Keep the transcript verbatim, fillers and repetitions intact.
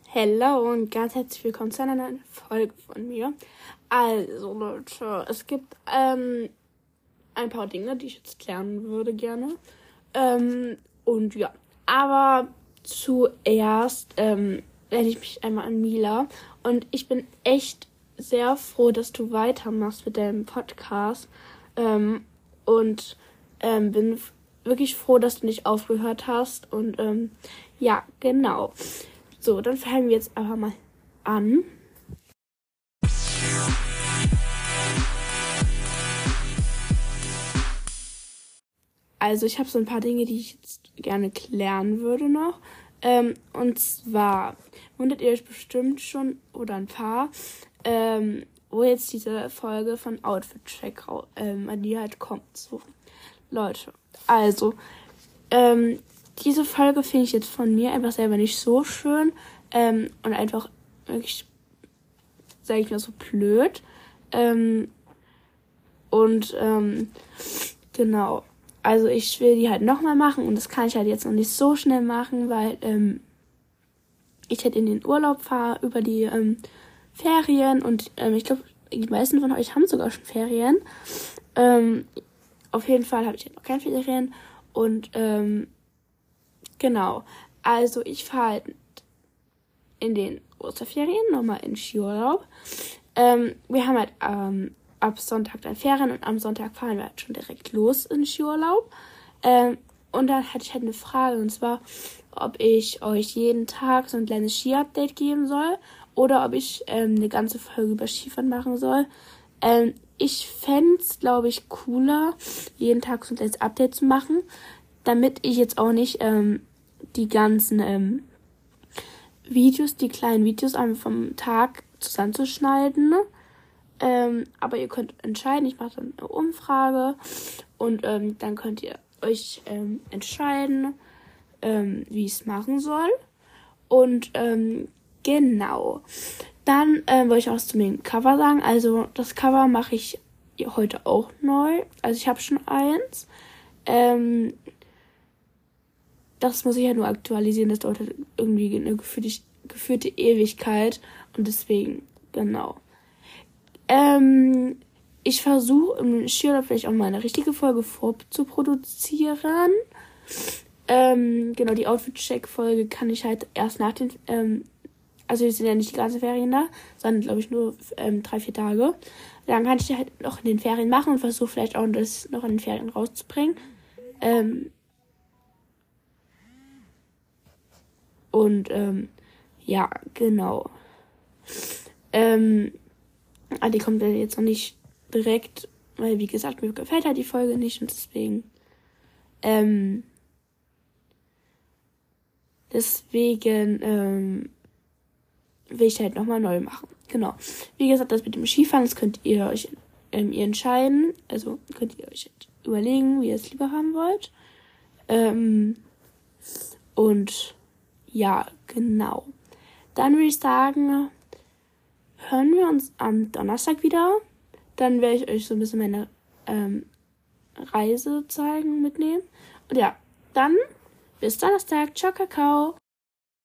Hello und ganz herzlich willkommen zu einer neuen Folge von mir. Also Leute, es gibt ähm, ein paar Dinge, die ich jetzt klären würde gerne. Ähm, und ja, aber zuerst ähm, wende ich mich einmal an Mila. Und ich bin echt sehr froh, dass du weitermachst mit deinem Podcast. Ähm, und ähm, bin f- wirklich froh, dass du nicht aufgehört hast. Und ähm, ja, genau. So, dann fangen wir jetzt aber mal an. Also ich habe so ein paar Dinge, die ich jetzt gerne klären würde noch. Ähm, und zwar wundert ihr euch bestimmt schon, oder ein paar, ähm, wo jetzt diese Folge von Outfit Check rau- ähm, an die halt kommt. So, Leute, also, ähm, diese Folge finde ich jetzt von mir einfach selber nicht so schön ähm, und einfach wirklich, sage ich mal, so blöd. Ähm, und ähm, genau, also ich will die halt nochmal machen und das kann ich halt jetzt noch nicht so schnell machen, weil ähm, ich halt in den Urlaub fahre über die ähm, Ferien und ähm, ich glaube, die meisten von euch haben sogar schon Ferien. Ähm, auf jeden Fall habe ich halt noch keine Ferien und ähm, genau, also ich fahre halt in den Osterferien nochmal in Skiurlaub. Ähm, wir haben halt ähm, ab Sonntag dann Ferien und am Sonntag fahren wir halt schon direkt los in Skiurlaub. Ähm, und dann hatte ich halt eine Frage und zwar, ob ich euch jeden Tag so ein kleines Ski-Update geben soll oder ob ich ähm, eine ganze Folge über Skifahren machen soll. Ähm, ich fände es, glaube ich, cooler, jeden Tag so ein kleines Update zu machen, damit ich jetzt auch nicht ähm, die ganzen ähm, Videos, die kleinen Videos einfach vom Tag zusammenzuschneiden. Ähm, aber ihr könnt entscheiden, ich mache dann eine Umfrage und ähm, dann könnt ihr euch ähm, entscheiden, ähm, wie ich es machen soll. Und ähm, genau. Dann ähm, wollte ich auch was zu dem Cover sagen. Also das Cover mache ich heute auch neu. Also ich habe schon eins. Ähm, das muss ich ja nur aktualisieren. Das dauert halt irgendwie eine geführte, geführte Ewigkeit. Und deswegen, genau. Ähm, ich versuche im Skiurlaub vielleicht auch mal eine richtige Folge vorzuproduzieren. Ähm, genau, die Outfit-Check-Folge kann ich halt erst nach den, ähm, also wir sind ja nicht die ganze Ferien da, sondern glaube ich nur ähm, drei, vier Tage. Dann kann ich die halt noch in den Ferien machen und versuche vielleicht auch das noch in den Ferien rauszubringen. Ähm, und ähm, ja, genau. Ähm, aber die kommt ja jetzt noch nicht direkt, weil wie gesagt, mir gefällt halt die Folge nicht und deswegen, ähm, deswegen, ähm, will ich halt nochmal neu machen. Genau. Wie gesagt, das mit dem Skifahren, das könnt ihr euch ähm, ihr entscheiden. Also könnt ihr euch halt überlegen, wie ihr es lieber haben wollt. Ähm, und ja, genau. Dann würde ich sagen, hören wir uns am Donnerstag wieder. Dann werde ich euch so ein bisschen meine ähm, Reise zeigen, mitnehmen. Und ja, dann bis Donnerstag. Ciao, Kakao.